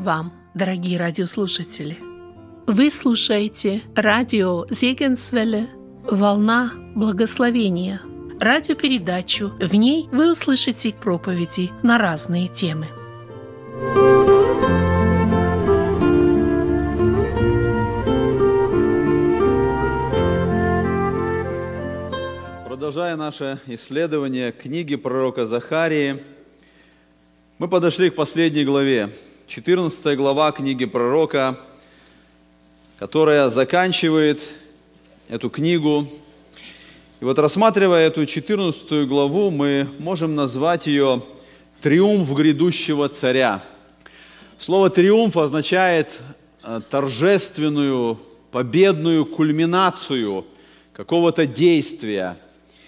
вам, дорогие радиослушатели! Вы слушаете радио Зегенсвелле «Волна благословения», радиопередачу. В ней вы услышите проповеди на разные темы. Продолжая наше исследование книги пророка Захарии, мы подошли к последней главе, 14 глава книги пророка, которая заканчивает эту книгу. И вот рассматривая эту 14 главу, мы можем назвать ее «Триумф грядущего царя». Слово «триумф» означает торжественную, победную кульминацию какого-то действия.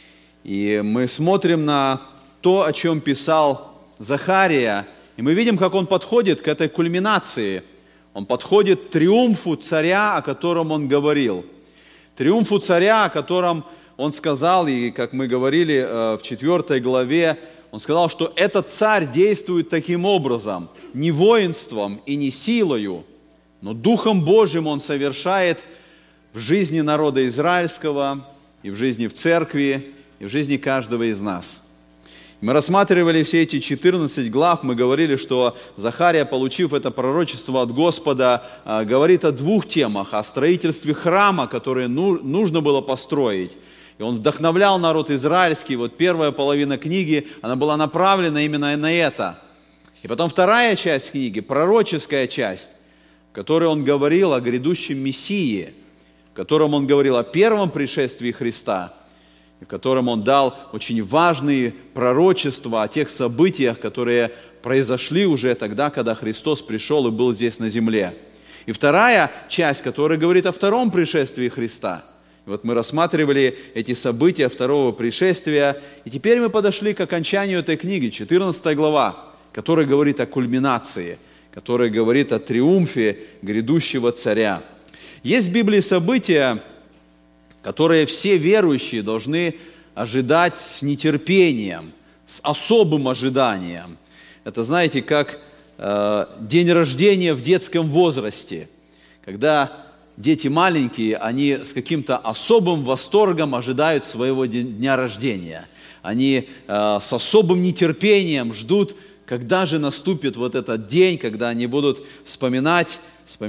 И мы смотрим на то, о чем писал Захария, и мы видим, как он подходит к этой кульминации. Он подходит к триумфу царя, о котором он говорил. Триумфу царя, о котором он сказал, и как мы говорили в 4 главе, он сказал, что этот царь действует таким образом, не воинством и не силою, но Духом Божьим он совершает в жизни народа израильского, и в жизни в церкви, и в жизни каждого из нас. Мы рассматривали все эти 14 глав, мы говорили, что Захария, получив это пророчество от Господа, говорит о двух темах: о строительстве храма, который нужно было построить. И он вдохновлял народ израильский. Вот первая половина книги, она была направлена именно на это. И потом вторая часть книги, пророческая часть, в которой он говорил о грядущем Мессии, в котором он говорил о первом пришествии Христа, в котором он дал очень важные пророчества о тех событиях, которые произошли уже тогда, когда Христос пришел и был здесь на земле. И вторая часть, которая говорит о втором пришествии Христа. И вот мы рассматривали эти события второго пришествия, и теперь мы подошли к окончанию этой книги, 14 глава, которая говорит о кульминации, которая говорит о триумфе грядущего царя. Есть в Библии события, которые все верующие должны ожидать с нетерпением, с особым ожиданием. Это, знаете, как день рождения в детском возрасте, когда дети маленькие, они с каким-то особым восторгом ожидают своего дня рождения. Они с особым нетерпением ждут, когда же наступит вот этот день, когда они будут вспоминать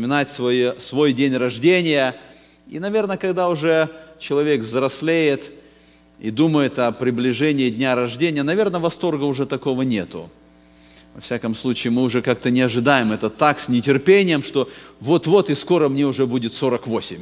свой день рождения. И, наверное, когда уже человек взрослеет и думает о приближении дня рождения, наверное, восторга уже такого нету. Во всяком случае, мы уже как-то не ожидаем это так, с нетерпением, что вот-вот и скоро мне уже будет 48.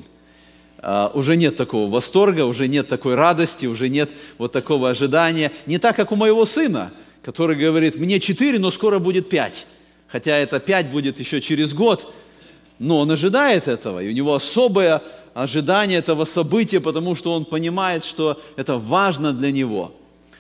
Уже нет такого восторга, уже нет такой радости, уже нет вот такого ожидания. Не так, как у моего сына, который говорит: мне 4, но скоро будет 5. Хотя это 5 будет еще через год. Но он ожидает этого, и у него особое ожидание этого события, потому что он понимает, что это важно для него.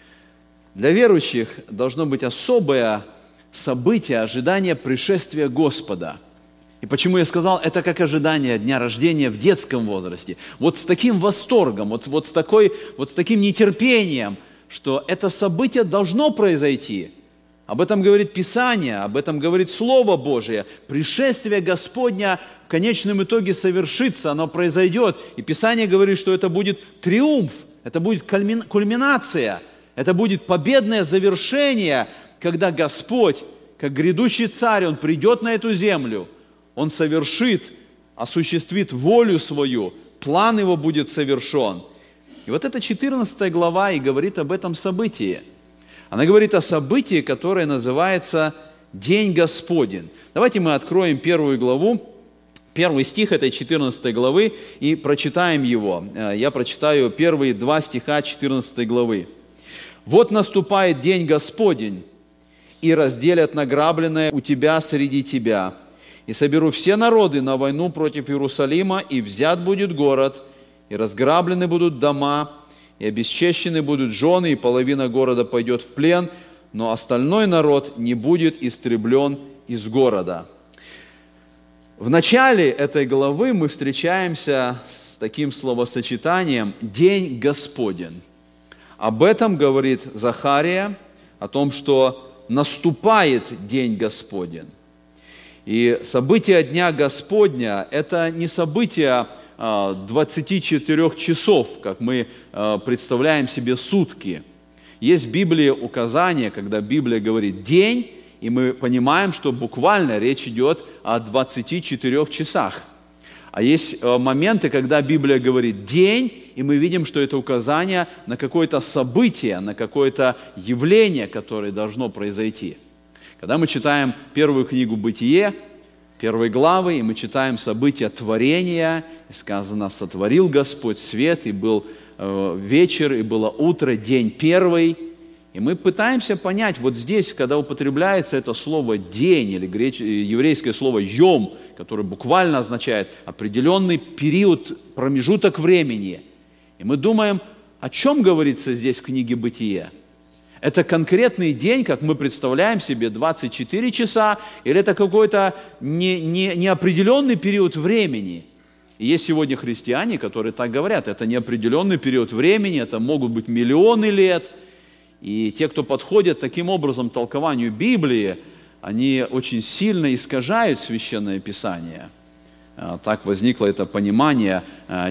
Для верующих должно быть особое событие, ожидание пришествия Господа. И почему я сказал, это как ожидание дня рождения в детском возрасте. Вот с таким восторгом, вот с таким нетерпением, что это событие должно произойти. Об этом говорит Писание, об этом говорит Слово Божие. Пришествие Господня в конечном итоге совершится, оно произойдет. И Писание говорит, что это будет триумф, это будет кульминация, это будет победное завершение, когда Господь, как грядущий царь, Он придет на эту землю, Он совершит, осуществит волю свою, план Его будет совершен. И вот эта 14 глава и говорит об этом событии. Она говорит о событии, которое называется День Господень. Давайте мы откроем 1 главу, 1 стих этой 14 главы и прочитаем его. Я прочитаю первые 2 стиха 14 главы. «Вот наступает день Господень, и разделят награбленное у тебя среди тебя, и соберу все народы на войну против Иерусалима, и взят будет город, и разграблены будут дома, и обесчещены будут жены, и половина города пойдет в плен, но остальной народ не будет истреблен из города». В начале этой главы мы встречаемся с таким словосочетанием «День Господень». Об этом говорит Захария, о том, что наступает День Господень. И события Дня Господня – это не события 24 часов, как мы представляем себе сутки. Есть в Библии указание, когда Библия говорит «день», и мы понимаем, что буквально речь идет о 24 часах. А есть моменты, когда Библия говорит «день», и мы видим, что это указание на какое-то событие, на какое-то явление, которое должно произойти. Когда мы читаем первую книгу «Бытие», первой главы, и мы читаем события творения, и сказано «сотворил Господь свет, и был вечер, и было утро, день первый». И мы пытаемся понять, вот здесь, когда употребляется это слово «день» или еврейское слово «йом», которое буквально означает определенный период, промежуток времени, и мы думаем, о чем говорится здесь в книге «Бытие». Это конкретный день, как мы представляем себе, 24 часа, или это какой-то неопределенный период времени. И есть сегодня христиане, которые так говорят, это неопределенный период времени, это могут быть миллионы лет. И те, кто подходят таким образом к толкованию Библии, они очень сильно искажают Священное Писание. Так возникло это понимание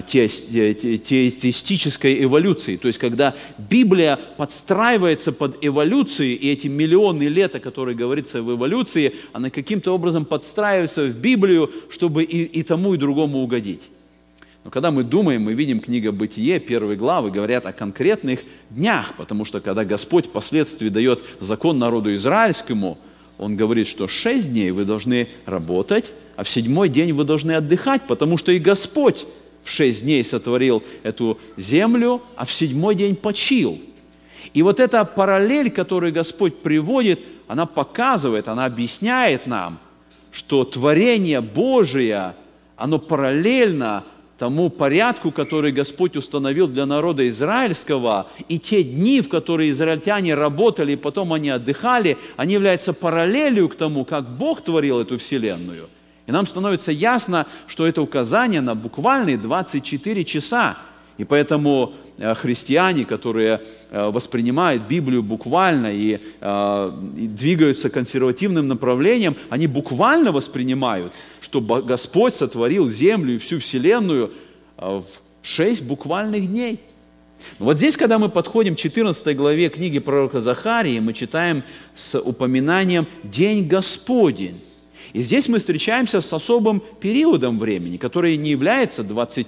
теистической эволюции. То есть, когда Библия подстраивается под эволюцию, и эти миллионы лет, о которых говорится в эволюции, она каким-то образом подстраивается в Библию, чтобы и тому, и другому угодить. Но когда мы думаем, мы видим книга «Бытие», 1 главы, говорят о конкретных днях, потому что когда Господь впоследствии дает закон народу израильскому, Он говорит, что 6 дней вы должны работать, а в 7-й день вы должны отдыхать, потому что и Господь в 6 дней сотворил эту землю, а в 7-й день почил. И вот эта параллель, которую Господь приводит, она показывает, она объясняет нам, что творение Божие, оно параллельно тому порядку, который Господь установил для народа израильского, и те дни, в которые израильтяне работали, и потом они отдыхали, они являются параллелью к тому, как Бог творил эту вселенную. И нам становится ясно, что это указание на буквальные 24 часа. И поэтому христиане, которые воспринимают Библию буквально и двигаются консервативным направлением, они буквально воспринимают, что Господь сотворил землю и всю вселенную в 6 буквальных дней. Вот здесь, когда мы подходим к 14 главе книги пророка Захарии, мы читаем с упоминанием «День Господень». И здесь мы встречаемся с особым периодом времени, который не является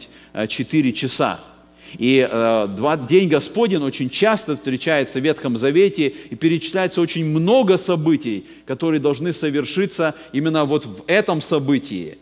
24 часа. И День Господень очень часто встречается в Ветхом Завете, и перечисляется очень много событий, которые должны совершиться именно вот в этом событии.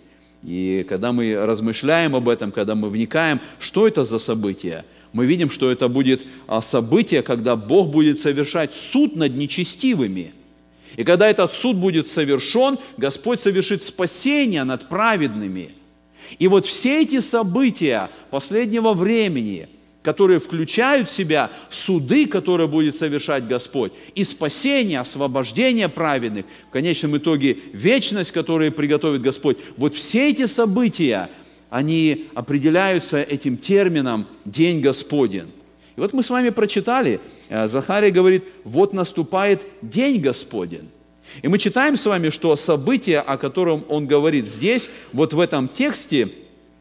И когда мы размышляем об этом, когда мы вникаем, что это за событие, мы видим, что это будет событие, когда Бог будет совершать суд над нечестивыми. И когда этот суд будет совершен, Господь совершит спасение над праведными. И вот все эти события последнего времени, которые включают в себя суды, которые будет совершать Господь, и спасение, освобождение праведных, в конечном итоге вечность, которую приготовит Господь, вот все эти события, они определяются этим термином «День Господень». И вот мы с вами прочитали, Захария говорит, вот наступает День Господень. И мы читаем с вами, что событие, о котором он говорит здесь, вот в этом тексте,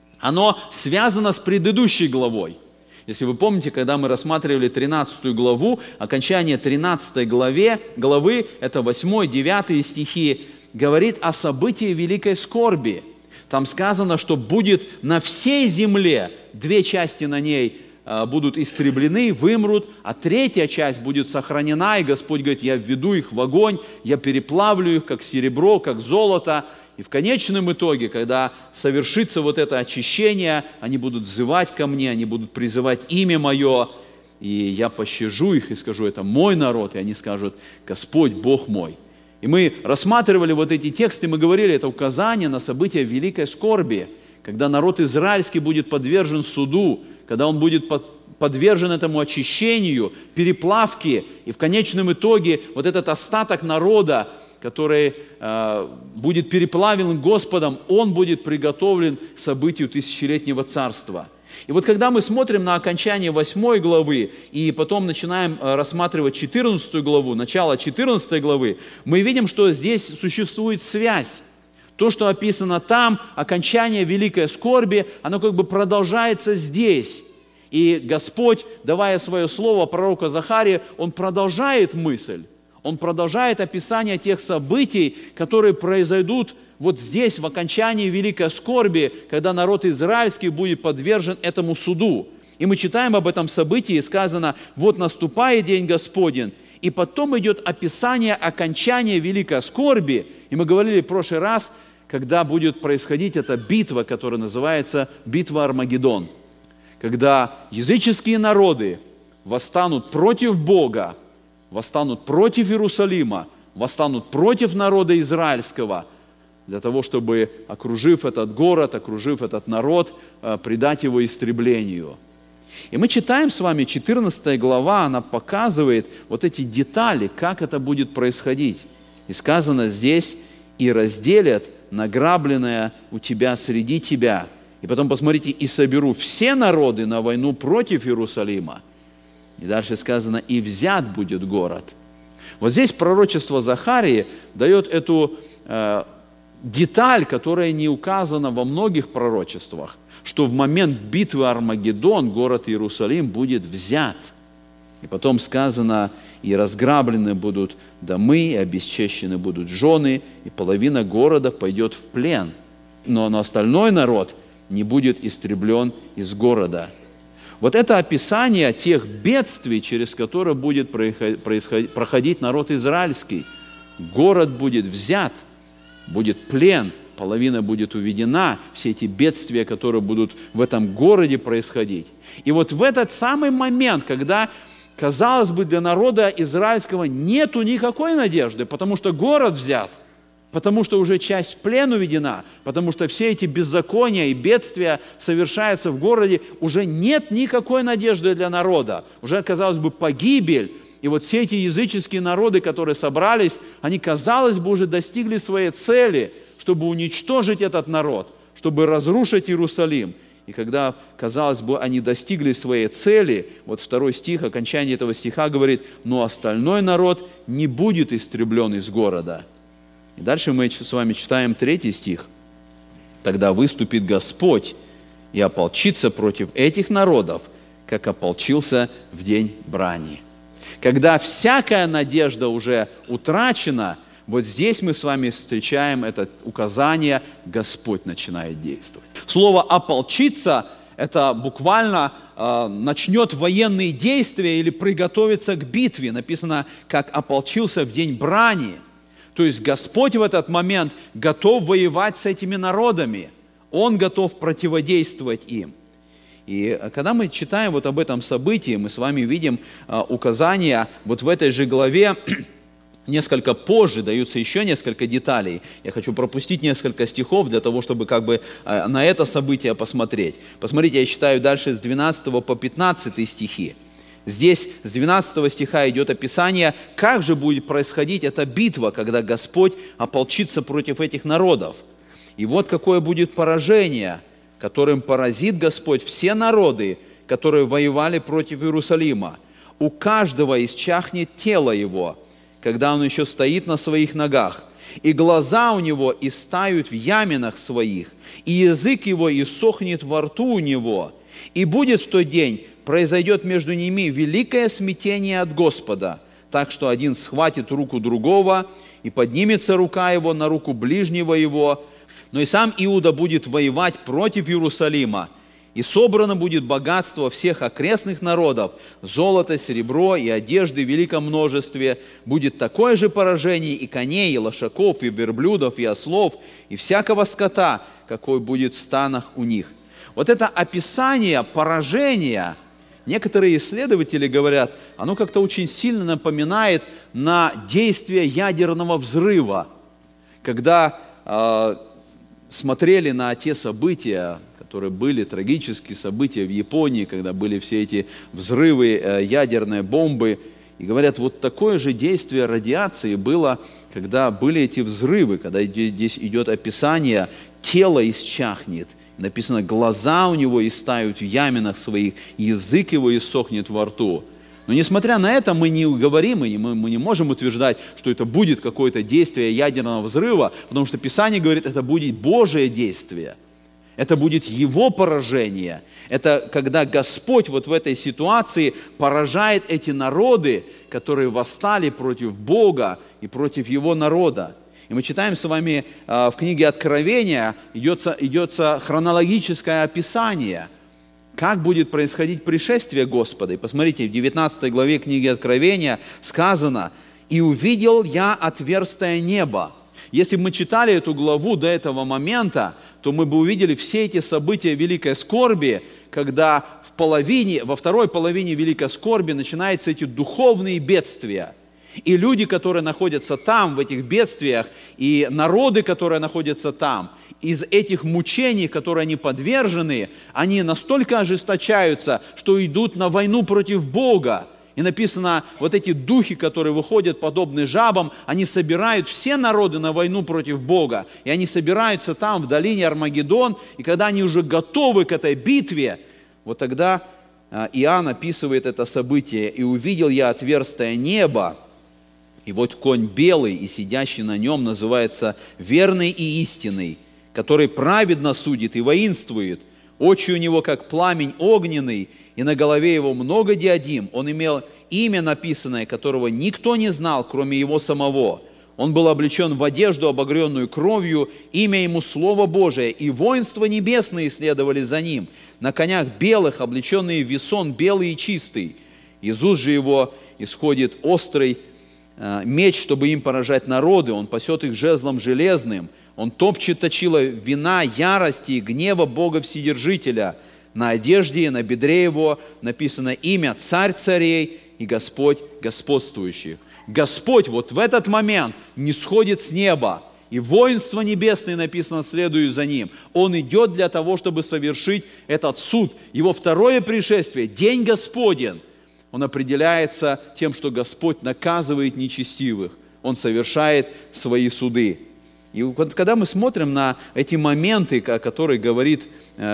оно связано с предыдущей главой. Если вы помните, когда мы рассматривали 13 главу, окончание 13 главы, это 8-9 стихи, говорит о событии великой скорби. Там сказано, что будет на всей земле, 2 части на ней будут истреблены, вымрут, а 3 часть будет сохранена, и Господь говорит, я введу их в огонь, я переплавлю их, как серебро, как золото, и в конечном итоге, когда совершится вот это очищение, они будут взывать ко мне, они будут призывать имя Мое, и я пощажу их и скажу, это мой народ, и они скажут, Господь, Бог мой. И мы рассматривали вот эти тексты, мы говорили, это указание на события великой скорби, когда народ израильский будет подвержен суду, когда он будет подвержен этому очищению, переплавке, и в конечном итоге вот этот остаток народа, который будет переплавлен Господом, он будет приготовлен к событию тысячелетнего царства. И вот когда мы смотрим на окончание 8 главы, и потом начинаем рассматривать 14 главу, начало 14 главы, мы видим, что здесь существует связь. То, что описано там, окончание великой скорби, оно как бы продолжается здесь. И Господь, давая свое слово пророку Захарии, Он продолжает мысль, Он продолжает описание тех событий, которые произойдут вот здесь, в окончании великой скорби, когда народ израильский будет подвержен этому суду. И мы читаем об этом событии, сказано: «Вот наступает день Господень». И потом идет описание окончания великой скорби. И мы говорили в прошлый раз, когда будет происходить эта битва, которая называется битва Армагеддон. Когда языческие народы восстанут против Бога, восстанут против Иерусалима, восстанут против народа израильского, для того, чтобы, окружив этот город, окружив этот народ, предать его истреблению. И мы читаем с вами 14 глава, она показывает вот эти детали, как это будет происходить. И сказано здесь: «И разделят награбленное у тебя среди тебя». И потом посмотрите: «И соберу все народы на войну против Иерусалима». И дальше сказано: «И взят будет город». Вот здесь пророчество Захарии дает эту деталь, которая не указана во многих пророчествах, что в момент битвы Армагеддон город Иерусалим будет взят. И потом сказано: «И разграблены будут домы, и обесчещены будут жены, и половина города пойдет в плен, но остальной народ не будет истреблен из города». Вот это описание тех бедствий, через которые будет проходить народ израильский. Город будет взят, будет плен, половина будет уведена, все эти бедствия, которые будут в этом городе происходить. И вот в этот самый момент, когда, казалось бы, для народа израильского нету никакой надежды, потому что город взят, потому что уже часть в плен уведена, потому что все эти беззакония и бедствия совершаются в городе, уже нет никакой надежды для народа. Уже, казалось бы, погибель. И вот все эти языческие народы, которые собрались, они, казалось бы, уже достигли своей цели, чтобы уничтожить этот народ, чтобы разрушить Иерусалим. И когда, казалось бы, они достигли своей цели, вот 2 стих, окончание этого стиха говорит: «Но остальной народ не будет истреблен из города». И дальше мы с вами читаем 3 стих. «Тогда выступит Господь и ополчится против этих народов, как ополчился в день брани». Когда всякая надежда уже утрачена, вот здесь мы с вами встречаем это указание: Господь начинает действовать. Слово «ополчиться» – это буквально начнет военные действия или приготовиться к битве. Написано, как ополчился в день брани. То есть Господь в этот момент готов воевать с этими народами. Он готов противодействовать им. И когда мы читаем вот об этом событии, мы с вами видим указания вот в этой же главе. Несколько позже даются еще несколько деталей. Я хочу пропустить несколько стихов для того, чтобы как бы на это событие посмотреть. Посмотрите, я читаю дальше с 12 по 15 стихи. Здесь с 12 стиха идет описание, как же будет происходить эта битва, когда Господь ополчится против этих народов. И вот какое будет поражение, которым поразит Господь все народы, которые воевали против Иерусалима. У каждого исчахнет тело его, когда он еще стоит на своих ногах, и глаза у него истают в яминах своих, и язык его иссохнет во рту у него. И будет в тот день, произойдет между ними великое смятение от Господа, так что один схватит руку другого, и поднимется рука его на руку ближнего его, но и сам Иуда будет воевать против Иерусалима, и собрано будет богатство всех окрестных народов, золото, серебро и одежды в великом множестве. Будет такое же поражение и коней, и лошаков, и верблюдов, и ослов, и всякого скота, какой будет в станах у них». Вот это описание поражения, некоторые исследователи говорят, оно как-то очень сильно напоминает на действие ядерного взрыва, когда смотрели на те события, которые были, трагические события в Японии, когда были все эти взрывы ядерной бомбы. И говорят, вот такое же действие радиации было, когда были эти взрывы, когда здесь идет описание, тело исчахнет. Написано, глаза у него истают в яминах своих, язык его иссохнет во рту. Но несмотря на это, мы не говорим, и мы не можем утверждать, что это будет какое-то действие ядерного взрыва, потому что Писание говорит, это будет Божие действие. Это будет Его поражение. Это когда Господь вот в этой ситуации поражает эти народы, которые восстали против Бога и против Его народа. И мы читаем с вами в книге Откровения, идется хронологическое описание, как будет происходить пришествие Господа. И посмотрите, в 19 главе книги Откровения сказано: «И увидел я отверстие неба». Если бы мы читали эту главу до этого момента, то мы бы увидели все эти события великой скорби, когда во второй половине великой скорби начинаются эти духовные бедствия. И люди, которые находятся там, в этих бедствиях, и народы, которые находятся там, из этих мучений, которые они подвержены, они настолько ожесточаются, что идут на войну против Бога. И написано, вот эти духи, которые выходят подобны жабам, они собирают все народы на войну против Бога. И они собираются там, в долине Армагеддон, и когда они уже готовы к этой битве, вот тогда Иоанн описывает это событие. «И увидел я отверстие неба, и вот конь белый, и сидящий на нем называется верный и истинный, который праведно судит и воинствует. Очи у него, как пламень огненный, и на голове его много диадим. Он имел имя написанное, которого никто не знал, кроме его самого. Он был облечен в одежду, обогренную кровью, имя ему Слово Божие, и воинства небесные следовали за ним, на конях белых, облеченные в весон белый и чистый. Из уст же его исходит острый меч, чтобы им поражать народы. Он пасет их жезлом железным. Он топчет точила вина ярости и гнева Бога Вседержителя. На одежде и на бедре его написано имя Царь царей и Господь господствующих». Господь вот в этот момент не сходит с неба, и воинство небесное, написано, следует за ним. Он идет для того, чтобы совершить этот суд. Его второе пришествие, день Господень, он определяется тем, что Господь наказывает нечестивых. Он совершает свои суды. И когда мы смотрим на эти моменты, о которых говорит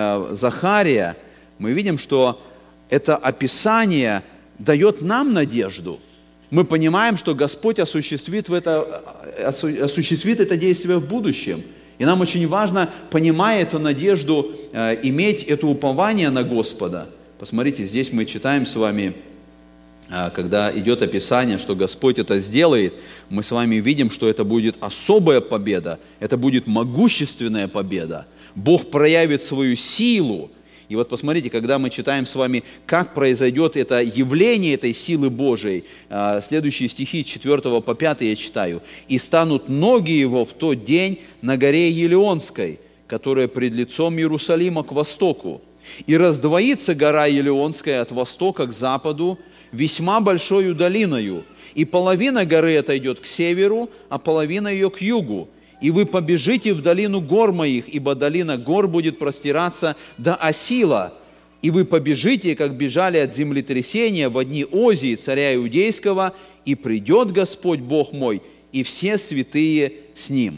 Захария, мы видим, что это описание дает нам надежду. Мы понимаем, что Господь осуществит это действие в будущем. И нам очень важно, понимая эту надежду, иметь это упование на Господа. Посмотрите, здесь мы читаем с вами, когда идет описание, что Господь это сделает, мы с вами видим, что это будет особая победа, это будет могущественная победа. Бог проявит свою силу. И вот посмотрите, когда мы читаем с вами, как произойдет это явление этой силы Божией, следующие стихи 4 по 5 я читаю. «И станут ноги его в тот день на горе Елеонской, которая пред лицом Иерусалима к востоку. И раздвоится гора Елеонская от востока к западу весьма большою долиною, и половина горы отойдет к северу, а половина ее к югу. И вы побежите в долину гор моих, ибо долина гор будет простираться до Осила. И вы побежите, как бежали от землетрясения в дни Озии, царя Иудейского, и придет Господь Бог мой, и все святые с Ним».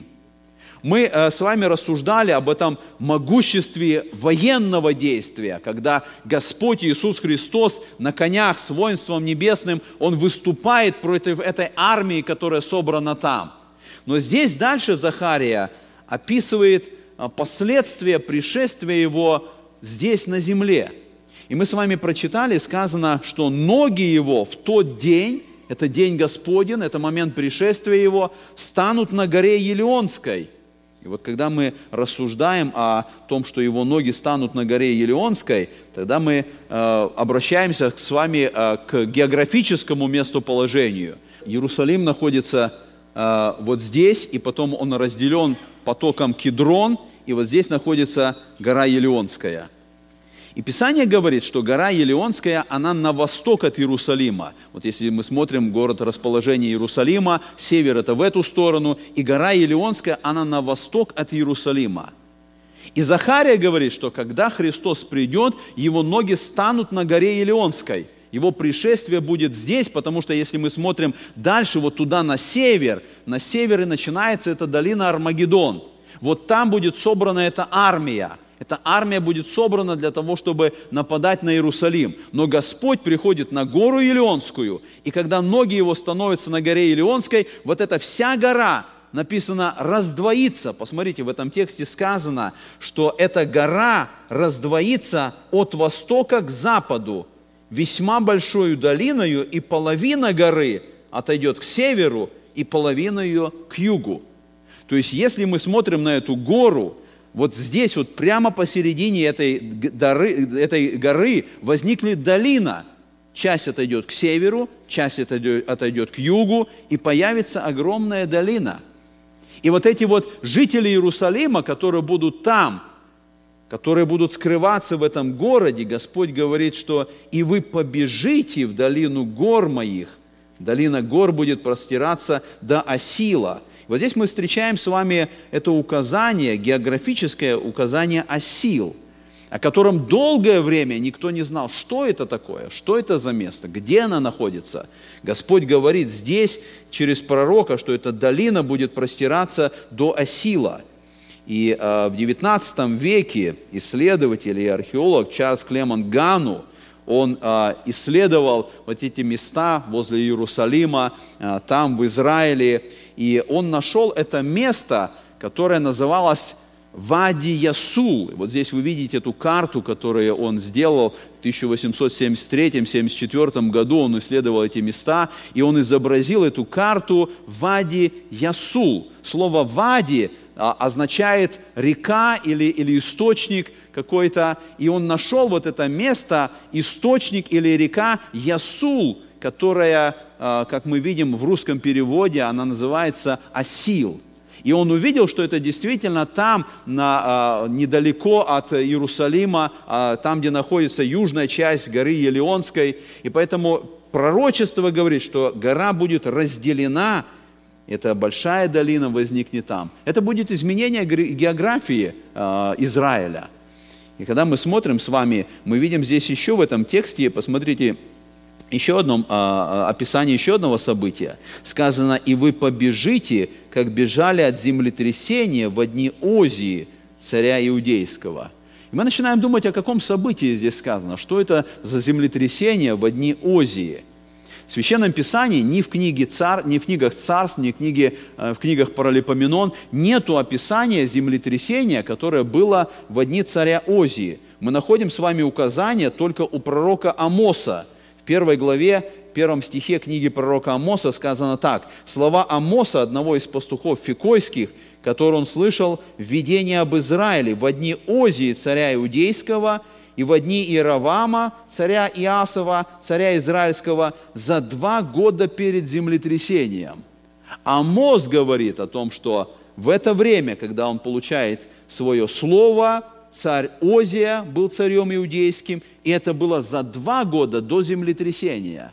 Мы с вами рассуждали об этом могуществе военного действия, когда Господь Иисус Христос на конях с воинством небесным, Он выступает против этой армии, которая собрана там. Но здесь дальше Захария описывает последствия пришествия Его здесь на земле. И мы с вами прочитали, сказано, что ноги Его в тот день, это день Господень, это момент пришествия Его, станут на горе Елеонской. И вот когда мы рассуждаем о том, что Его ноги станут на горе Елеонской, тогда мы обращаемся с вами к географическому местоположению. Иерусалим находится вот здесь, и потом он разделен потоком Кидрон, и вот здесь находится гора Елеонская. И Писание говорит, что гора Елеонская, она на восток от Иерусалима. Вот если мы смотрим город расположения Иерусалима, север это в эту сторону, и гора Елеонская, она на восток от Иерусалима. И Захария говорит, что когда Христос придет, Его ноги станут на горе Елеонской. Его пришествие будет здесь, потому что если мы смотрим дальше, вот туда на север и начинается эта долина Армагеддон. Вот там будет собрана эта армия. Эта армия будет собрана для того, чтобы нападать на Иерусалим. Но Господь приходит на гору Елеонскую, и когда ноги его становятся на горе Елеонской, вот эта вся гора, написано, раздвоится. Посмотрите, в этом тексте сказано, что эта гора раздвоится от востока к западу, весьма большою долиною, и половина горы отойдет к северу, и половина ее к югу. То есть, если мы смотрим на эту гору, вот здесь, вот прямо посередине этой горы возникнет долина. Часть отойдет к северу, часть отойдет к югу, и появится огромная долина. И вот эти вот жители Иерусалима, которые будут там, которые будут скрываться в этом городе, Господь говорит, что «и вы побежите в долину гор моих». Долина гор будет простираться до Осила. Вот здесь мы встречаем с вами это указание, географическое указание Осил, о котором долгое время никто не знал, что это такое, что это за место, где она находится. Господь говорит здесь через пророка, что эта долина будет простираться до Осила. И в XIX веке исследователь и археолог Чарльз Клемент Ганну, он исследовал вот эти места возле Иерусалима, там в Израиле, и он нашел это место, которое называлось Вади-Ясул. Вот здесь вы видите эту карту, которую он сделал в 1873-74 году. Он исследовал эти места, и он изобразил эту карту Вади-Ясул. Слово «Вади» означает река или источник какой-то, и он нашел вот это место, источник или река Ясул, которая, как мы видим в русском переводе, она называется Осил. И он увидел, что это действительно там, недалеко от Иерусалима, там, где находится южная часть горы Елеонской. И поэтому пророчество говорит, что гора будет разделена, эта большая долина возникнет там. Это будет изменение географии Израиля. И когда мы смотрим с вами, мы видим здесь еще в этом тексте, посмотрите, еще одно описание еще одного события. Сказано, «И вы побежите, как бежали от землетрясения в дни Озии, царя Иудейского». И мы начинаем думать, о каком событии здесь сказано. Что это за землетрясение в дни Озии? В Священном Писании, ни в книгах Царств, ни в книгах Паралипоменон нету описания землетрясения, которое было в дни царя Озии. Мы находим с вами указания только у пророка Амоса. В 1 главе, 1 стихе книги пророка Амоса сказано так. Слова Амоса, одного из пастухов фикойских, который он слышал в видении об Израиле во дни Озии, царя Иудейского, и во дни Иеровама, царя Иасова, царя Израильского, за 2 года перед землетрясением. Амос говорит о том, что в это время, когда он получает свое слово, царь Озия был царем иудейским, и это было за 2 года до землетрясения.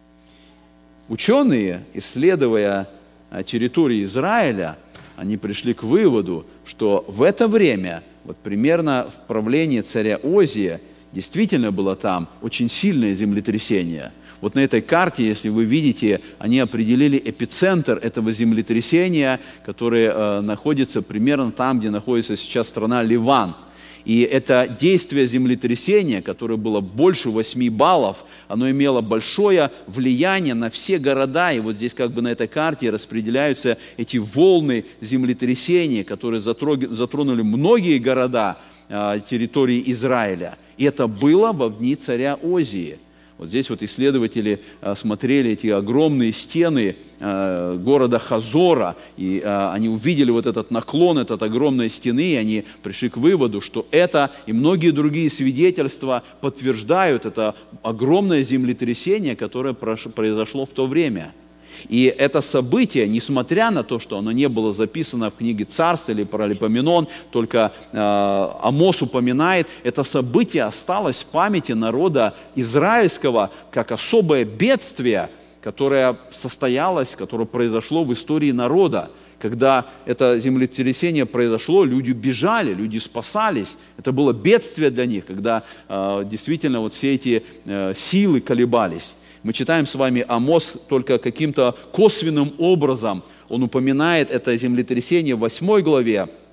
Ученые, исследуя территорию Израиля, они пришли к выводу, что в это время, вот примерно в правлении царя Озия, действительно было там очень сильное землетрясение. Вот на этой карте, если вы видите, они определили эпицентр этого землетрясения, который находится примерно там, где находится сейчас страна Ливан. И это действие землетрясения, которое было больше 8 баллов, оно имело большое влияние на все города. И вот здесь как бы на этой карте распределяются эти волны землетрясения, которые затронули многие города территории Израиля. И это было во дни царя Озии. Вот здесь вот исследователи смотрели эти огромные стены города Хазора, и они увидели вот этот наклон, этой огромной стены, и они пришли к выводу, что это и многие другие свидетельства подтверждают это огромное землетрясение, которое произошло в то время. И это событие, несмотря на то, что оно не было записано в книге Царств или Паралипоменон, только Амос упоминает, это событие осталось в памяти народа израильского как особое бедствие, которое состоялось, которое произошло в истории народа. Когда это землетрясение произошло, люди бежали, люди спасались. Это было бедствие для них, когда действительно вот все эти силы колебались. Мы читаем с вами Амос только каким-то косвенным образом. Он упоминает это землетрясение в 8 главе.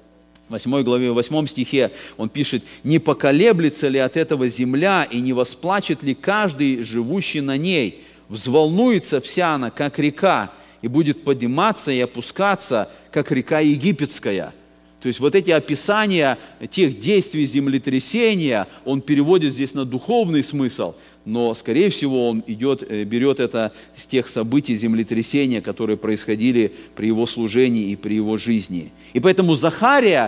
В 8 главе, в 8 стихе он пишет: «Не поколеблется ли от этого земля, и не восплачет ли каждый, живущий на ней? Взволнуется вся она, как река, и будет подниматься и опускаться, как река египетская». То есть вот эти описания тех действий землетрясения, он переводит здесь на духовный смысл, но, скорее всего, он берет это с тех событий землетрясения, которые происходили при его служении и при его жизни. И поэтому Захария,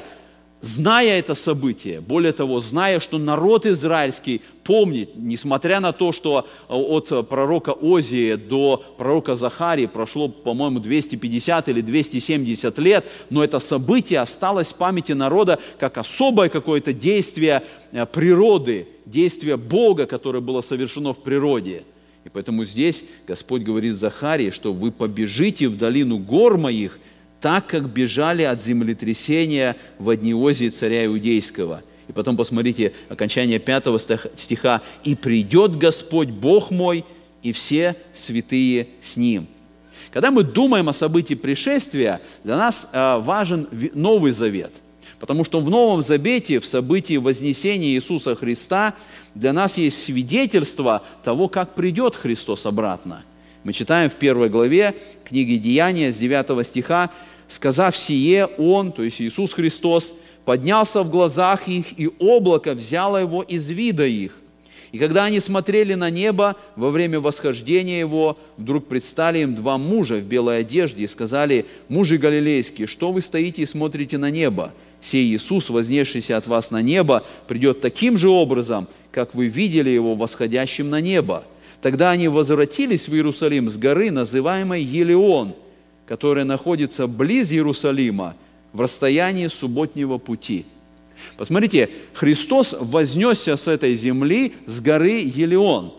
зная это событие, более того, зная, что народ израильский помнит, несмотря на то, что от пророка Озии до пророка Захарии прошло, по-моему, 250 или 270 лет, но это событие осталось в памяти народа как особое какое-то действие природы, действие Бога, которое было совершено в природе. И поэтому здесь Господь говорит Захарии, что вы побежите в долину гор моих, так, как бежали от землетрясения в дни Озии царя Иудейского. И потом посмотрите окончание 5 стиха. «И придет Господь Бог мой, и все святые с Ним». Когда мы думаем о событии пришествия, для нас важен Новый Завет. Потому что в Новом Завете, в событии вознесения Иисуса Христа, для нас есть свидетельство того, как придет Христос обратно. Мы читаем в 1 главе книги Деяния с 9 стиха: «Сказав сие, Он, то есть Иисус Христос, поднялся в глазах их, и облако взяло Его из вида их. И когда они смотрели на небо во время восхождения Его, вдруг предстали им два мужа в белой одежде и сказали: мужи галилейские, что вы стоите и смотрите на небо? Сей Иисус, вознесшийся от вас на небо, придет таким же образом, как вы видели Его восходящим на небо». Тогда они возвратились в Иерусалим с горы, называемой Елеон, которая находится близ Иерусалима, в расстоянии субботнего пути. Посмотрите, Христос вознесся с этой земли с горы Елеон.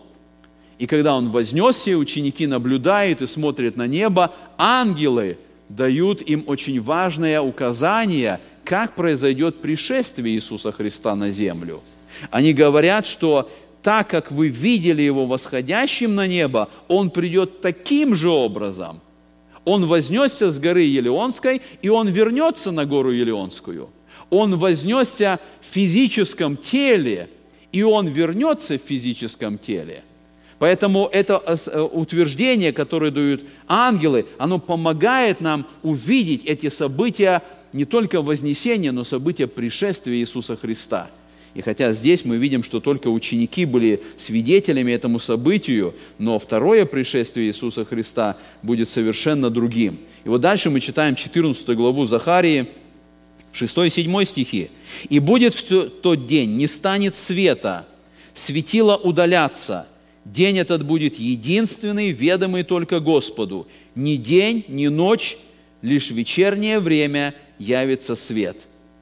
И когда Он вознесся, ученики наблюдают и смотрят на небо, ангелы дают им очень важное указание, как произойдет пришествие Иисуса Христа на землю. Они говорят, что так как вы видели Его восходящим на небо, Он придет таким же образом. Он вознесся с горы Елеонской, и Он вернется на гору Елеонскую. Он вознесся в физическом теле, и Он вернется в физическом теле. Поэтому это утверждение, которое дают ангелы, оно помогает нам увидеть эти события, не только вознесения, но события пришествия Иисуса Христа. И хотя здесь мы видим, что только ученики были свидетелями этому событию, но второе пришествие Иисуса Христа будет совершенно другим. И вот дальше мы читаем 14 главу Захарии, 6 и 7 стихи. «И будет в тот день, не станет света, светило удалятся. День этот будет единственный, ведомый только Господу. Ни день, ни ночь, лишь в вечернее время явится свет».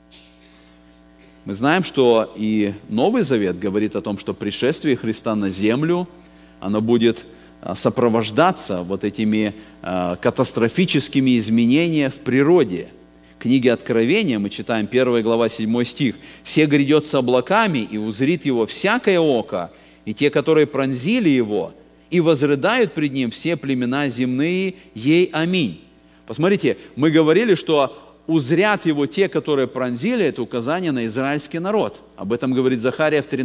Мы знаем, что и Новый Завет говорит о том, что пришествие Христа на землю, оно будет сопровождаться вот этими катастрофическими изменениями в природе. В книге Откровения мы читаем 1 глава 7 стих. «Се грядет с облаками, и узрит Его всякое око, и те, которые пронзили Его, и возрыдают пред Ним все племена земные, ей аминь». Посмотрите, мы говорили, что узрят Его те, которые пронзили, это указание на израильский народ. Об этом говорит Захария в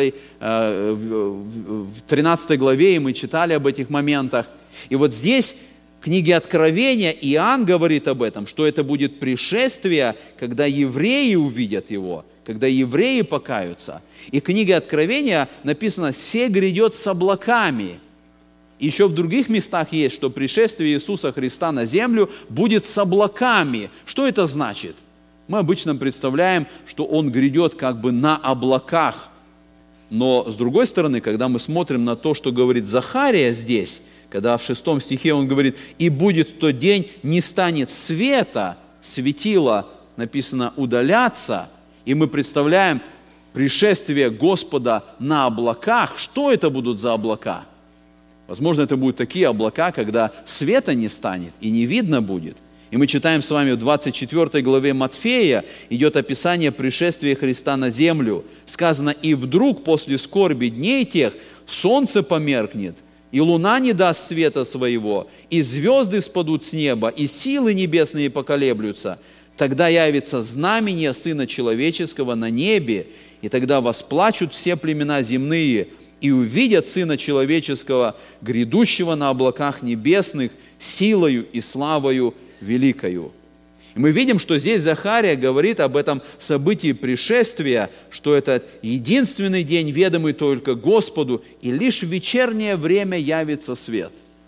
13 главе, и мы читали об этих моментах. И вот здесь, в книге Откровения, Иоанн говорит об этом, что это будет пришествие, когда евреи увидят Его, когда евреи покаются. И в книге Откровения написано: «Се грядет с облаками». Еще в других местах есть, что пришествие Иисуса Христа на землю будет с облаками. Что это значит? Мы обычно представляем, что Он грядет как бы на облаках. Но с другой стороны, когда мы смотрим на то, что говорит Захария здесь, когда в 6 стихе он говорит: «И будет в тот день, не станет света, светило», написано, удаляться, и мы представляем пришествие Господа на облаках. Что это будут за облака? Возможно, это будут такие облака, когда света не станет и не видно будет. И мы читаем с вами в 24 главе Матфея, идет описание пришествия Христа на землю. Сказано: «И вдруг после скорби дней тех солнце померкнет, и луна не даст света своего, и звезды спадут с неба, и силы небесные поколеблются. Тогда явится знамение Сына Человеческого на небе, и тогда восплачут все племена земные, и увидят Сына Человеческого, грядущего на облаках небесных, силою и славою великою». И мы видим, что здесь Захария говорит об этом событии пришествия, что это единственный день, ведомый только Господу, и лишь в вечернее время явится свет.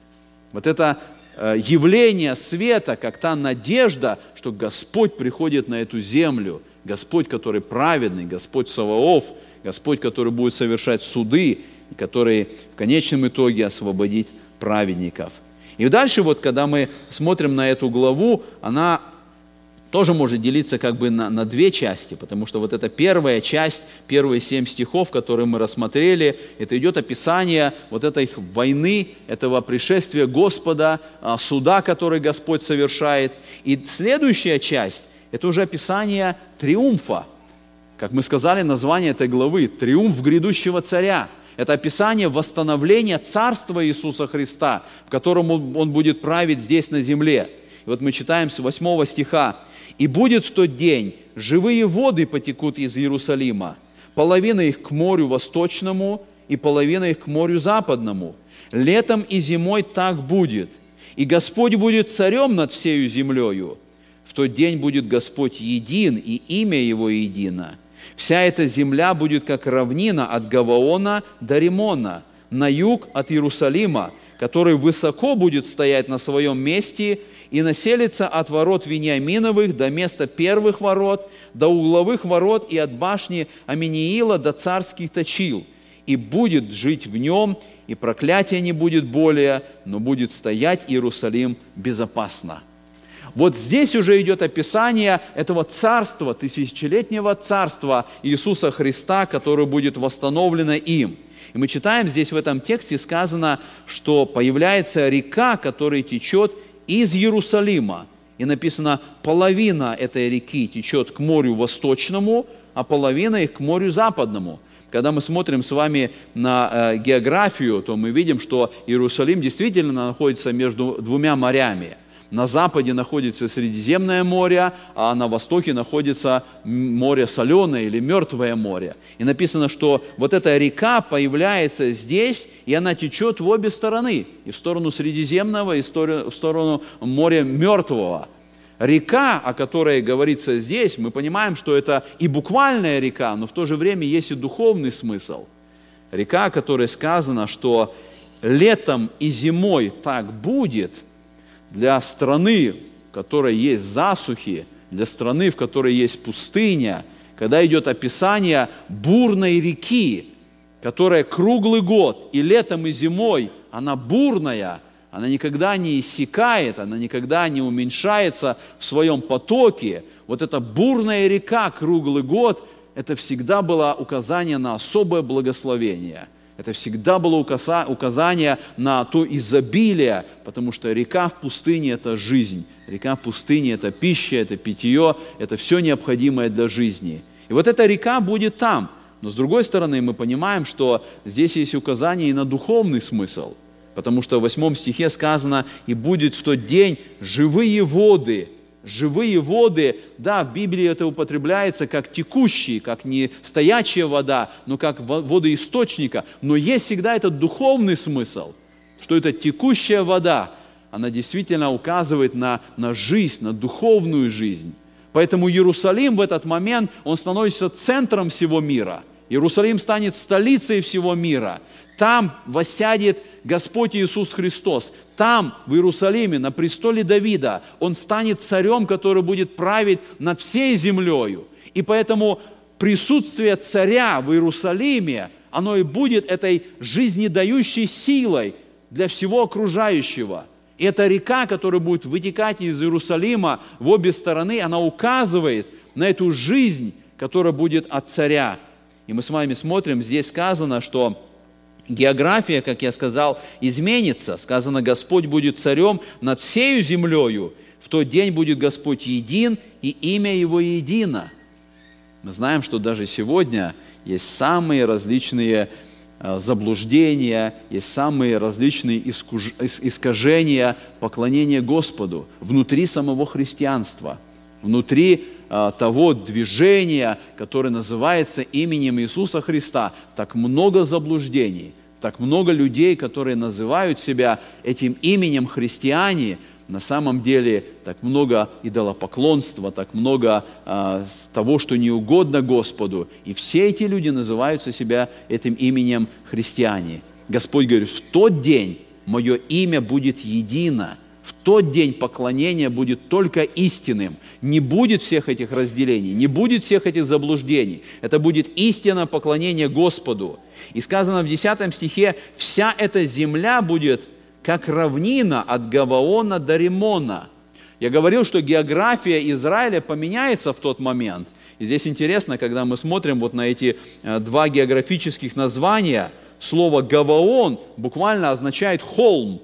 Вот это явление света, как та надежда, что Господь приходит на эту землю, Господь, который праведный, Господь Саваоф, Господь, который будет совершать суды, и который в конечном итоге освободит праведников. И дальше, вот, когда мы смотрим на эту главу, она тоже может делиться как бы на две части, потому что вот эта первая часть, первые 7 стихов, которые мы рассмотрели, это идет описание вот этой войны, этого пришествия Господа, суда, который Господь совершает. И следующая часть, это уже описание триумфа. Как мы сказали, название этой главы – «Триумф грядущего царя». Это описание восстановления царства Иисуса Христа, в котором Он будет править здесь на земле. И вот мы читаем с 8 стиха. «И будет в тот день, живые воды потекут из Иерусалима, половина их к морю восточному и половина их к морю западному. Летом и зимой так будет, и Господь будет царем над всею землею. В тот день будет Господь един, и имя Его едино. Вся эта земля будет как равнина от Гаваона до Римона, на юг от Иерусалима, который высоко будет стоять на своем месте, и населится от ворот Вениаминовых до места первых ворот, до угловых ворот и от башни Аминиила до царских точил, и будет жить в нем, и проклятия не будет более, но будет стоять Иерусалим безопасно». Вот здесь уже идет описание этого царства, тысячелетнего царства Иисуса Христа, которое будет восстановлено им. И мы читаем здесь в этом тексте сказано, что появляется река, которая течет из Иерусалима. И написано, половина этой реки течет к морю восточному, а половина их к морю западному. Когда мы смотрим с вами на географию, то мы видим, что Иерусалим действительно находится между двумя морями. На западе находится Средиземное море, а на востоке находится море Соленое или Мертвое море. И написано, что вот эта река появляется здесь, и она течет в обе стороны, и в сторону Средиземного, и в сторону моря Мертвого. Река, о которой говорится здесь, мы понимаем, что это и буквальная река, но в то же время есть и духовный смысл. Река, о которой сказано, что летом и зимой так будет. Для страны, в которой есть засухи, для страны, в которой есть пустыня, когда идет описание бурной реки, которая круглый год, и летом, и зимой, она бурная, она никогда не иссякает, она никогда не уменьшается в своем потоке. Вот эта бурная река круглый год, это всегда было указание на особое благословение. Это всегда было указание на то изобилие, потому что река в пустыне – это жизнь. Река в пустыне – это пища, это питье, это все необходимое для жизни. И вот эта река будет там. Но с другой стороны, мы понимаем, что здесь есть указание и на духовный смысл. Потому что в 8 стихе сказано, и будет в тот день живые воды. Живые воды, да, в Библии это употребляется как текущие, как не стоячая вода, но как воды источника. Но есть всегда этот духовный смысл, что это текущая вода, она действительно указывает на жизнь, на духовную жизнь. Поэтому Иерусалим в этот момент, он становится центром всего мира. Иерусалим станет столицей всего мира. Там воссядет Господь Иисус Христос. Там, в Иерусалиме, на престоле Давида, Он станет царем, который будет править над всей землею. И поэтому присутствие царя в Иерусалиме, оно и будет этой жизнедающей силой для всего окружающего. И эта река, которая будет вытекать из Иерусалима в обе стороны, она указывает на эту жизнь, которая будет от царя. И мы с вами смотрим, здесь сказано, что география, как я сказал, изменится. Сказано, Господь будет царем над всею землею. В тот день будет Господь един, и имя Его едино. Мы знаем, что даже сегодня есть самые различные заблуждения, есть самые различные искажения поклонения Господу внутри самого христианства. Внутри того движения, которое называется именем Иисуса Христа, так много заблуждений, так много людей, которые называют себя этим именем христиане. На самом деле так много идолопоклонства, так много того, что не угодно Господу. И все эти люди называются себя этим именем христиане. Господь говорит, в тот день мое имя будет едино. В тот день поклонение будет только истинным. Не будет всех этих разделений, не будет всех этих заблуждений. Это будет истинное поклонение Господу. И сказано в 10 стихе, вся эта земля будет как равнина от Гаваона до Римона. Я говорил, что география Израиля поменяется в тот момент. И здесь интересно, когда мы смотрим вот на эти два географических названия, слово Гаваон буквально означает холм,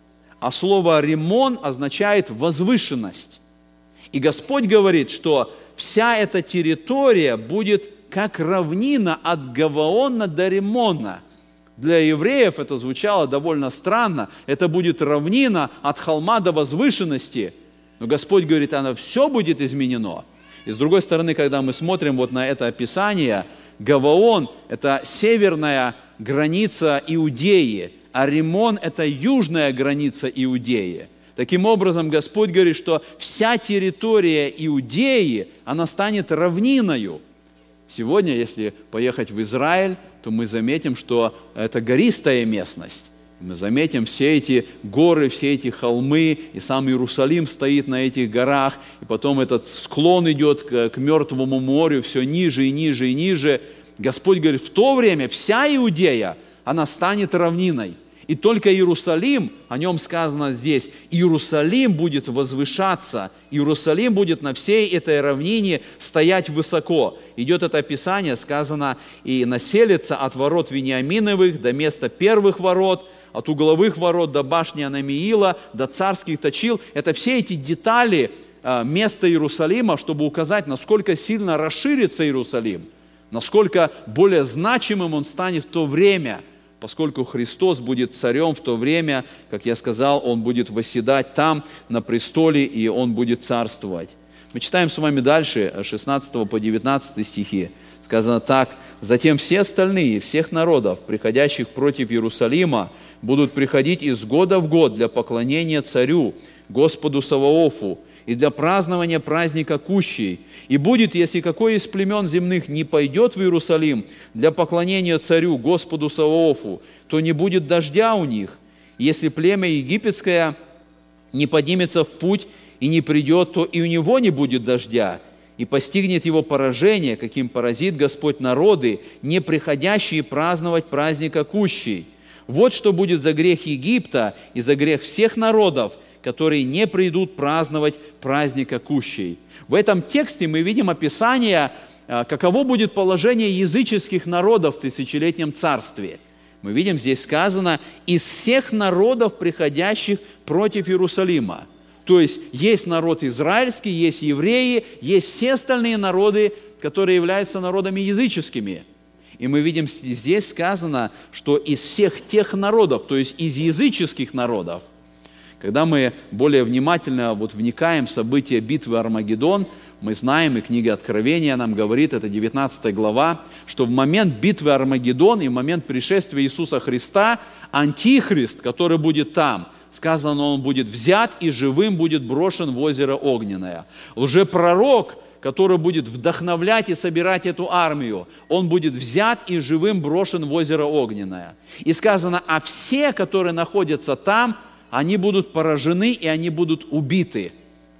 а слово Римон означает возвышенность. И Господь говорит, что вся эта территория будет как равнина от Гаваона до Римона. Для евреев это звучало довольно странно. Это будет равнина от холма до возвышенности. Но Господь говорит, оно все будет изменено. И с другой стороны, когда мы смотрим вот на это описание, Гаваон – это северная граница Иудеи, а Римон – это южная граница Иудеи. Таким образом, Господь говорит, что вся территория Иудеи, она станет равниною. Сегодня, если поехать в Израиль, то мы заметим, что это гористая местность. Мы заметим все эти горы, все эти холмы, и сам Иерусалим стоит на этих горах, и потом этот склон идет к Мертвому морю, все ниже и ниже и ниже. Господь говорит, в то время вся Иудея, она станет равниной. И только Иерусалим, о нем сказано здесь, Иерусалим будет возвышаться, Иерусалим будет на всей этой равнине стоять высоко. Идет это описание, сказано, и населится от ворот Вениаминовых до места первых ворот, от угловых ворот до башни Анамиила, до царских точил. Это все эти детали места Иерусалима, чтобы указать, насколько сильно расширится Иерусалим, насколько более значимым он станет в то время, поскольку Христос будет царем в то время, как я сказал, Он будет восседать там, на престоле, и Он будет царствовать. Мы читаем с вами дальше, 16 по 19 стихи. Сказано так, «Затем все остальные, всех народов, приходящих против Иерусалима, будут приходить из года в год для поклонения царю, Господу Саваофу, и для празднования праздника Кущей. И будет, если какой из племен земных не пойдет в Иерусалим для поклонения царю, Господу Саваофу, то не будет дождя у них. Если племя египетское не поднимется в путь и не придет, то и у него не будет дождя. И постигнет его поражение, каким поразит Господь народы, не приходящие праздновать праздника Кущей. Вот что будет за грех Египта и за грех всех народов, которые не придут праздновать праздника Кущей». В этом тексте мы видим описание, каково будет положение языческих народов в тысячелетнем царстве. Мы видим, здесь сказано, из всех народов, приходящих против Иерусалима. То есть народ израильский, есть евреи, есть все остальные народы, которые являются народами языческими. И мы видим, здесь сказано, что из всех тех народов, то есть из языческих народов, когда мы более внимательно вникаем в события битвы Армагеддон, мы знаем, и книга Откровения нам говорит, это 19 глава, что в момент битвы Армагеддон и в момент пришествия Иисуса Христа Антихрист, который будет там, сказано, он будет взят и живым будет брошен в озеро Огненное. Лжепророк, который будет вдохновлять и собирать эту армию, он будет взят и живым брошен в озеро Огненное. И сказано, а все, которые находятся там, они будут поражены и они будут убиты.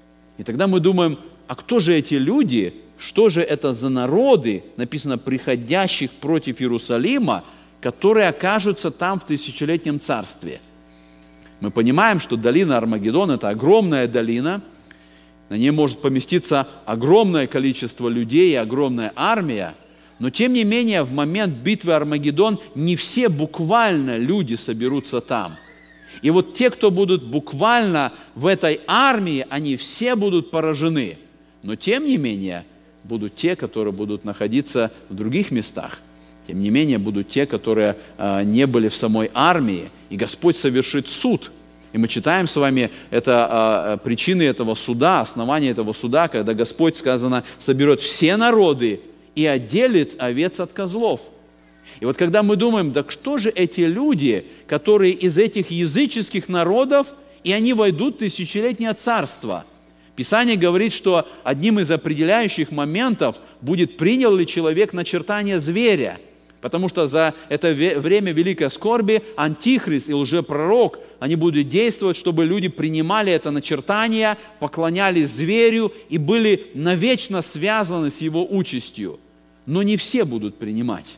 И тогда мы думаем, а кто же эти люди, что же это за народы, написано, приходящих против Иерусалима, которые окажутся там в тысячелетнем царстве? Мы понимаем, что долина Армагеддон – это огромная долина, на ней может поместиться огромное количество людей и огромная армия, но тем не менее в момент битвы Армагеддон не все буквально люди соберутся там. И вот те, кто будут буквально в этой армии, они все будут поражены. Но тем не менее будут те, которые будут находиться в других местах. Тем не менее будут те, которые не были в самой армии. И Господь совершит суд. И мы читаем с вами причины этого суда, основания этого суда, когда Господь, сказано, соберет все народы и отделит овец от козлов. И вот когда мы думаем, да что же эти люди, которые из этих языческих народов, и они войдут в тысячелетнее царство. Писание говорит, что одним из определяющих моментов будет, принял ли человек начертание зверя. Потому что за это время великой скорби антихрист и лжепророк, они будут действовать, чтобы люди принимали это начертание, поклонялись зверю и были навечно связаны с его участью. Но не все будут принимать.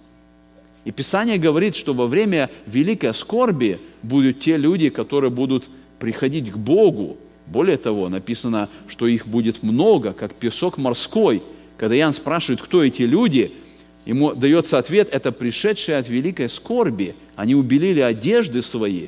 И Писание говорит, что во время великой скорби будут те люди, которые будут приходить к Богу. Более того, написано, что их будет много, как песок морской. Когда Иоанн спрашивает, кто эти люди, ему дается ответ, это пришедшие от великой скорби. Они убелили одежды свои.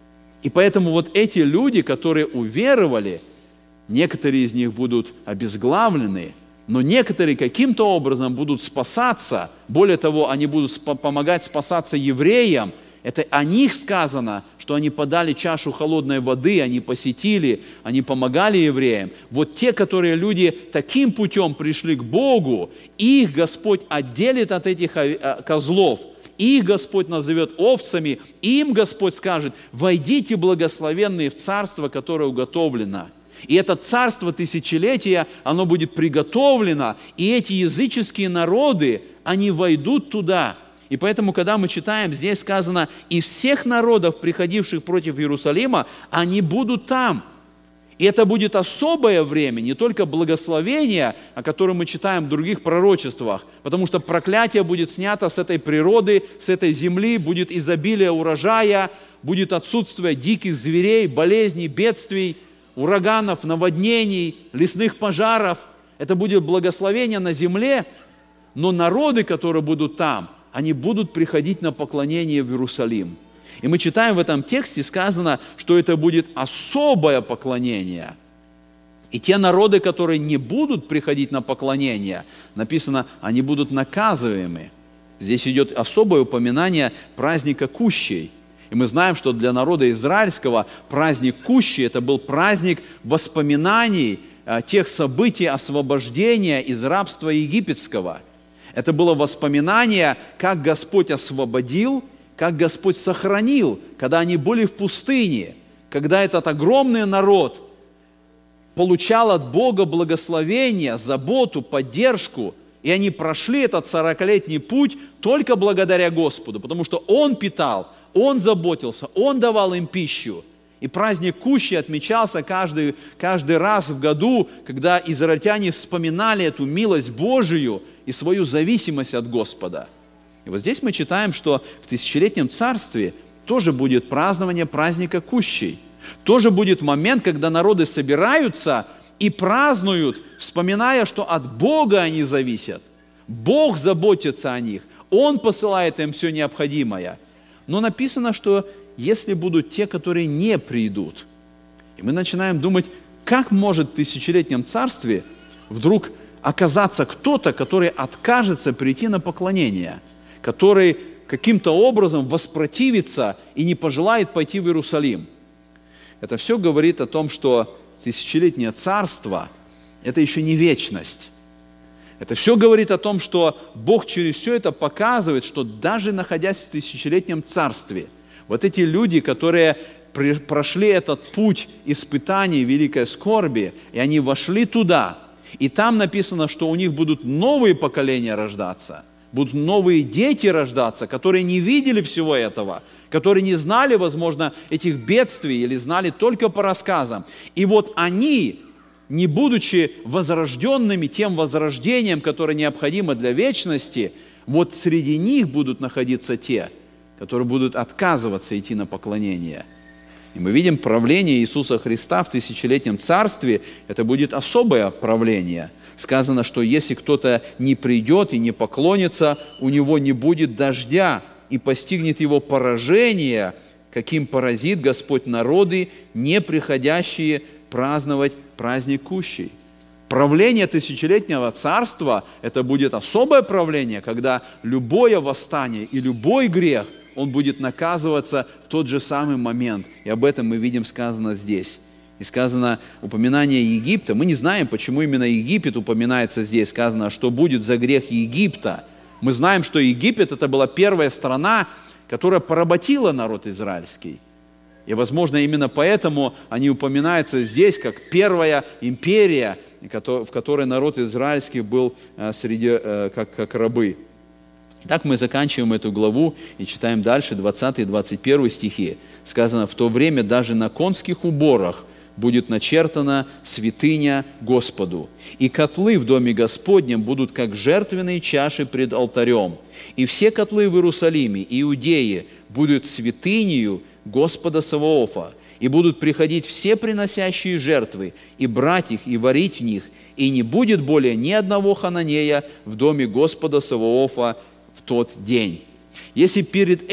И поэтому вот эти люди, которые уверовали, некоторые из них будут обезглавлены, но некоторые каким-то образом будут спасаться. Более того, они будут помогать спасаться евреям. Это о них сказано, что они подали чашу холодной воды, они посетили, они помогали евреям. Вот те, которые люди таким путем пришли к Богу, их Господь отделит от этих козлов, их Господь назовет овцами, им Господь скажет: «Войдите, благословенные, в царство, которое уготовлено». И это царство тысячелетия, оно будет приготовлено, и эти языческие народы, они войдут туда. И поэтому, когда мы читаем, здесь сказано, и всех народов, приходивших против Иерусалима, они будут там. И это будет особое время, не только благословение, о котором мы читаем в других пророчествах, потому что проклятие будет снято с этой природы, с этой земли, будет изобилие урожая, будет отсутствие диких зверей, болезней, бедствий, ураганов, наводнений, лесных пожаров. Это будет благословение на земле, но народы, которые будут там, они будут приходить на поклонение в Иерусалим. И мы читаем в этом тексте, сказано, что это будет особое поклонение. И те народы, которые не будут приходить на поклонение, написано, они будут наказываемы. Здесь идет особое упоминание праздника Кущей. И мы знаем, что для народа израильского праздник Кущи – это был праздник воспоминаний тех событий освобождения из рабства египетского. Это было воспоминание, как Господь освободил, как Господь сохранил, когда они были в пустыне, когда этот огромный народ получал от Бога благословение, заботу, поддержку, и они прошли этот 40-летний путь только благодаря Господу, потому что Он питал, Он заботился, Он давал им пищу. И праздник Кущи отмечался каждый раз в году, когда израильтяне вспоминали эту милость Божию и свою зависимость от Господа. И вот здесь мы читаем, что в тысячелетнем царстве тоже будет празднование праздника Кущей. Тоже будет момент, когда народы собираются и празднуют, вспоминая, что от Бога они зависят. Бог заботится о них, Он посылает им все необходимое. Но написано, что если будут те, которые не придут, и мы начинаем думать, как может в тысячелетнем царстве вдруг оказаться кто-то, который откажется прийти на поклонение, который каким-то образом воспротивится и не пожелает пойти в Иерусалим. Это все говорит о том, что тысячелетнее царство – это еще не вечность. Это все говорит о том, что Бог через все это показывает, что даже находясь в тысячелетнем царстве, вот эти люди, которые прошли этот путь испытаний великой скорби, и они вошли туда, и там написано, что у них будут новые поколения рождаться, будут новые дети рождаться, которые не видели всего этого, которые не знали, возможно, этих бедствий или знали только по рассказам. И вот они, не будучи возрожденными тем возрождением, которое необходимо для вечности, вот среди них будут находиться те, которые будут отказываться идти на поклонение. И мы видим правление Иисуса Христа в тысячелетнем царстве, это будет особое правление. Сказано, что если кто-то не придет и не поклонится, у него не будет дождя, и постигнет его поражение, каким поразит Господь народы, не приходящие праздновать праздник Кущей. Правление тысячелетнего царства – это будет особое правление, когда любое восстание и любой грех, он будет наказываться в тот же самый момент. И об этом мы видим сказано здесь. И сказано упоминание Египта. Мы не знаем, почему именно Египет упоминается здесь. Сказано, что будет за грех Египта. Мы знаем, что Египет – это была первая страна, которая поработила народ израильский. И, возможно, именно поэтому они упоминаются здесь, как первая империя, в которой народ израильский был как рабы. Итак, мы заканчиваем эту главу и читаем дальше 20 и 21 стихи. Сказано, в то время даже на конских уборах будет начертана святыня Господу, и котлы в доме Господнем будут как жертвенные чаши пред алтарем, и все котлы в Иерусалиме, Иудее, будут святынею Господа Саваофа, и будут приходить все приносящие жертвы, и брать их, и варить в них, и не будет более ни одного хананея в доме Господа Саваофа в тот день». Если перед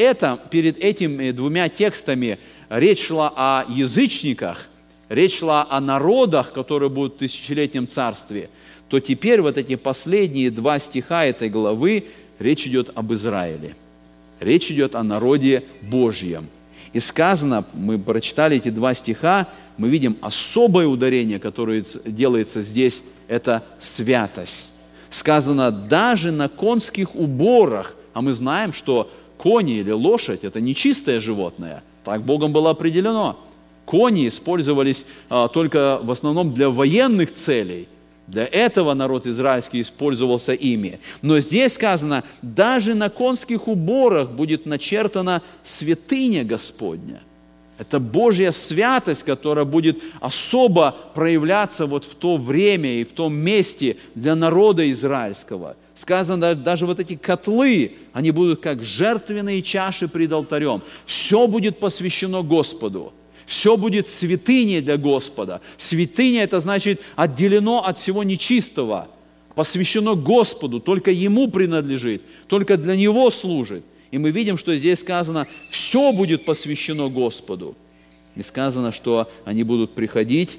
этими двумя текстами речь шла о язычниках, речь шла о народах, которые будут в тысячелетнем царстве, то теперь вот эти последние два стиха этой главы речь идет об Израиле. Речь идет о народе Божьем. И сказано, мы прочитали эти два стиха, мы видим особое ударение, которое делается здесь, это святость. Сказано, даже на конских уборах, а мы знаем, что кони или лошадь – это нечистое животное, так Богом было определено. Кони использовались только в основном для военных целей. Для этого народ израильский использовался ими. Но здесь сказано, даже на конских уборах будет начертана святыня Господня. Это Божья святость, которая будет особо проявляться вот в то время и в том месте для народа израильского. Сказано, даже вот эти котлы, они будут как жертвенные чаши пред алтарем. Все будет посвящено Господу. Все будет святыней для Господа. Святыня – это значит отделено от всего нечистого, посвящено Господу, только Ему принадлежит, только для Него служит. И мы видим, что здесь сказано, все будет посвящено Господу. И сказано, что они будут приходить,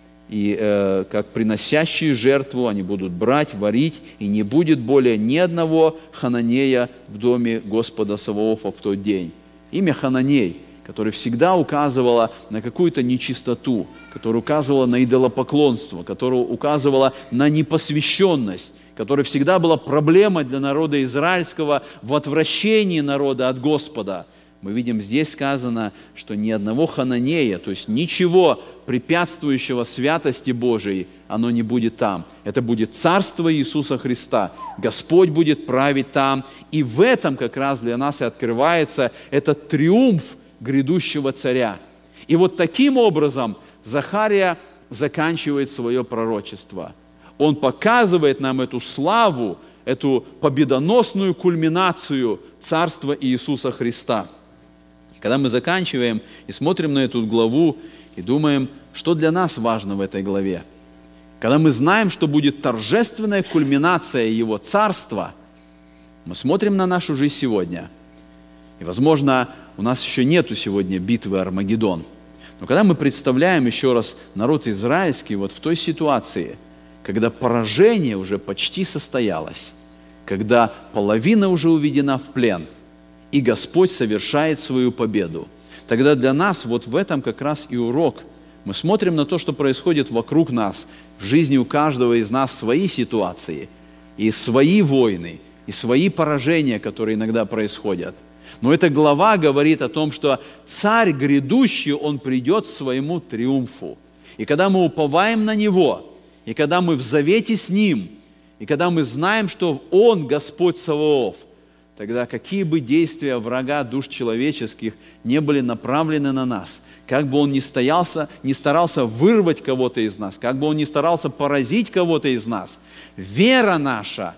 и как приносящие жертву, они будут брать, варить, и не будет более ни одного хананея в доме Господа Саваофа в тот день. Имя Хананей, которое всегда указывало на какую-то нечистоту, которое указывало на идолопоклонство, которое указывало на непосвященность, которая всегда была проблемой для народа израильского в отвращении народа от Господа. Мы видим, здесь сказано, что ни одного хананея, то есть ничего препятствующего святости Божией, оно не будет там. Это будет царство Иисуса Христа. Господь будет править там. И в этом как раз для нас и открывается этот триумф грядущего царя. И вот таким образом Захария заканчивает свое пророчество. Он показывает нам эту славу, эту победоносную кульминацию царства Иисуса Христа. И когда мы заканчиваем и смотрим на эту главу и думаем, что для нас важно в этой главе, когда мы знаем, что будет торжественная кульминация Его царства, мы смотрим на нашу жизнь сегодня. И, возможно, у нас еще нету сегодня битвы Армагеддон. Но когда мы представляем еще раз народ израильский вот в той ситуации, когда поражение уже почти состоялось, когда половина уже уведена в плен, и Господь совершает свою победу, тогда для нас вот в этом как раз и урок. Мы смотрим на то, что происходит вокруг нас, в жизни у каждого из нас свои ситуации, и свои войны, и свои поражения, которые иногда происходят. Но эта глава говорит о том, что царь грядущий, он придет к своему триумфу. И когда мы уповаем на Него, и когда мы в завете с Ним, и когда мы знаем, что Он Господь Саваоф, тогда какие бы действия врага душ человеческих не были направлены на нас, как бы он ни старался вырвать кого-то из нас, как бы он ни старался поразить кого-то из нас, вера наша,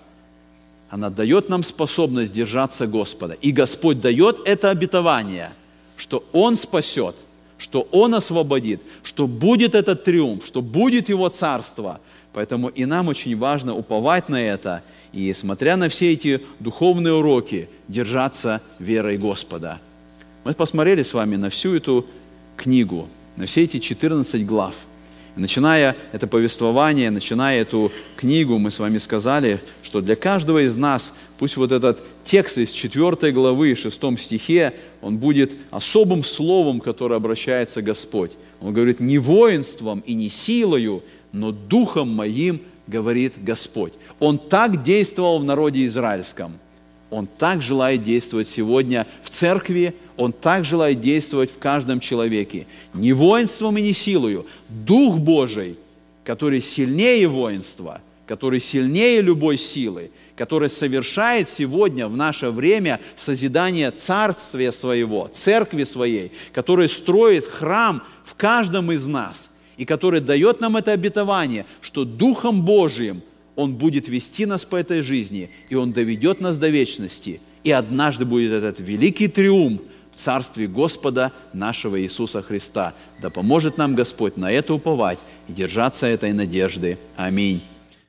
она дает нам способность держаться Господа. И Господь дает это обетование, что Он спасет, что Он освободит, что будет этот триумф, что будет Его царство. Поэтому и нам очень важно уповать на это и, смотря на все эти духовные уроки, держаться верой Господа. Мы посмотрели с вами на всю эту книгу, на все эти 14 глав. Начиная это повествование, начиная эту книгу, мы с вами сказали, что для каждого из нас Пусть вот этот текст из 4 главы, 6 стихе, он будет особым словом, которое обращается Господь. Он говорит: «Не воинством и не силою, но духом моим, говорит Господь». Он так действовал в народе израильском. Он так желает действовать сегодня в церкви, Он так желает действовать в каждом человеке. Не воинством и не силою. Дух Божий, который сильнее воинства, который сильнее любой силы, который совершает сегодня в наше время созидание царствия своего, церкви своей, который строит храм в каждом из нас и который дает нам это обетование, что Духом Божиим Он будет вести нас по этой жизни, и Он доведет нас до вечности. И однажды будет этот великий триумф в Царстве Господа нашего Иисуса Христа. Да поможет нам Господь на это уповать и держаться этой надежды. Аминь.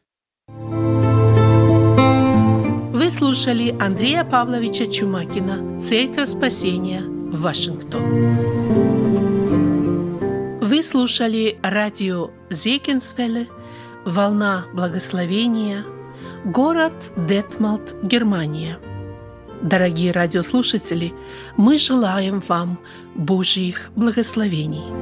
Вы слушали Андрея Павловича Чумакина, Церковь Спасения, Вашингтон. Вы слушали радио Зегенсвелле, «Волна благословения», город Детмолд, Германия. Дорогие радиослушатели, мы желаем вам Божьих благословений.